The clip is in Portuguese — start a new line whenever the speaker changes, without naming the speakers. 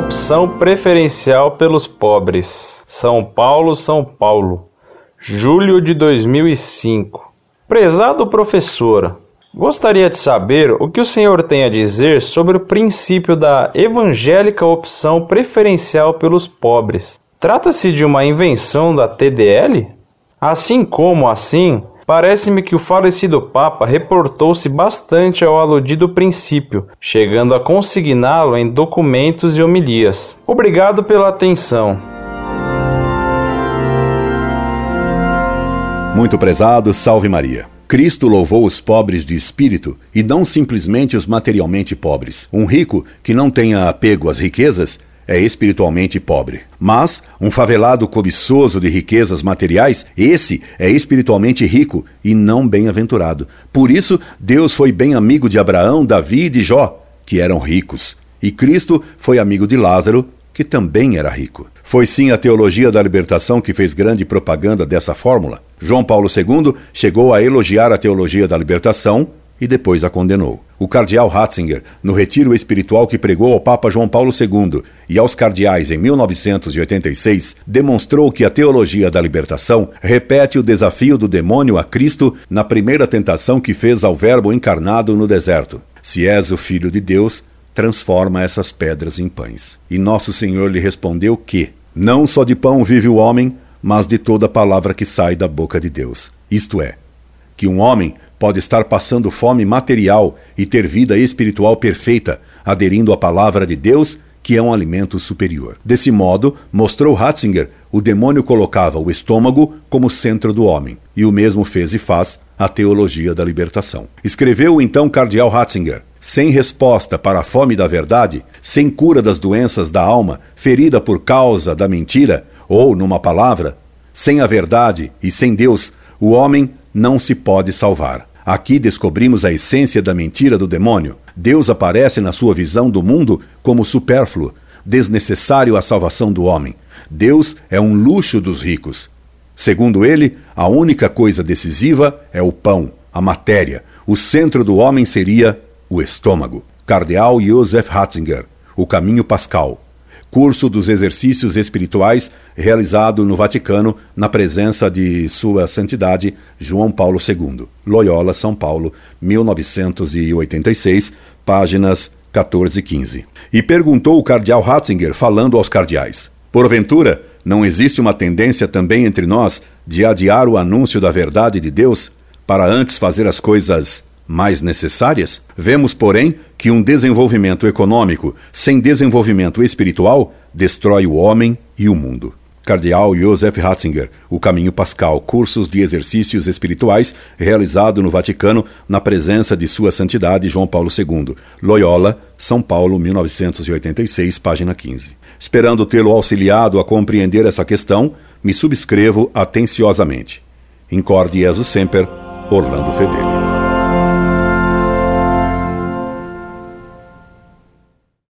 opção preferencial pelos pobres. São Paulo, São Paulo, julho de 2005. Prezado professor, gostaria de saber o que o senhor tem a dizer sobre o princípio da evangélica opção preferencial pelos pobres. Trata-se de uma invenção da TDL? Parece-me que o falecido Papa reportou-se bastante ao aludido princípio, chegando a consigná-lo em documentos e homilias. Obrigado pela atenção.
Muito prezado, salve Maria. Cristo louvou os pobres de espírito e não simplesmente os materialmente pobres. Um rico que não tenha apego às riquezas é espiritualmente pobre. Mas um favelado cobiçoso de riquezas materiais, esse é espiritualmente rico e não bem-aventurado. Por isso, Deus foi bem amigo de Abraão, Davi e de Jó, que eram ricos. E Cristo foi amigo de Lázaro, que também era rico. Foi sim a teologia da libertação que fez grande propaganda dessa fórmula. João Paulo II chegou a elogiar a teologia da libertação e depois a condenou. O cardeal Ratzinger, no retiro espiritual que pregou ao Papa João Paulo II e aos cardeais em 1986, demonstrou que a teologia da libertação repete o desafio do demônio a Cristo na primeira tentação que fez ao Verbo encarnado no deserto. Se és o Filho de Deus, transforma essas pedras em pães. E nosso Senhor lhe respondeu que não só de pão vive o homem, mas de toda palavra que sai da boca de Deus. Isto é, que um homem pode estar passando fome material e ter vida espiritual perfeita, aderindo à palavra de Deus, que é um alimento superior. Desse modo, mostrou Ratzinger, o demônio colocava o estômago como centro do homem, e o mesmo fez e faz a teologia da libertação. Escreveu o então cardeal Ratzinger: sem resposta para a fome da verdade, sem cura das doenças da alma, ferida por causa da mentira, ou, numa palavra, sem a verdade e sem Deus, o homem não se pode salvar. Aqui descobrimos a essência da mentira do demônio. Deus aparece na sua visão do mundo como supérfluo, desnecessário à salvação do homem. Deus é um luxo dos ricos. Segundo ele, a única coisa decisiva é o pão, a matéria. O centro do homem seria o estômago. Cardeal Joseph Ratzinger, O Caminho Pascal. Curso dos Exercícios Espirituais, realizado no Vaticano, na presença de Sua Santidade João Paulo II. Loyola, São Paulo, 1986, páginas 14 e 15. E perguntou o cardeal Ratzinger, falando aos cardeais: porventura, não existe uma tendência também entre nós de adiar o anúncio da verdade de Deus para antes fazer as coisas mais necessárias? Vemos, porém, que um desenvolvimento econômico sem desenvolvimento espiritual destrói o homem e o mundo. Cardeal Joseph Ratzinger, O Caminho Pascal, Cursos de Exercícios Espirituais, realizado no Vaticano, na presença de Sua Santidade João Paulo II. Loyola, São Paulo, 1986, página 15. Esperando tê-lo auxiliado a compreender essa questão, me subscrevo atenciosamente. Incorde Jesus Semper, Orlando Fedeli.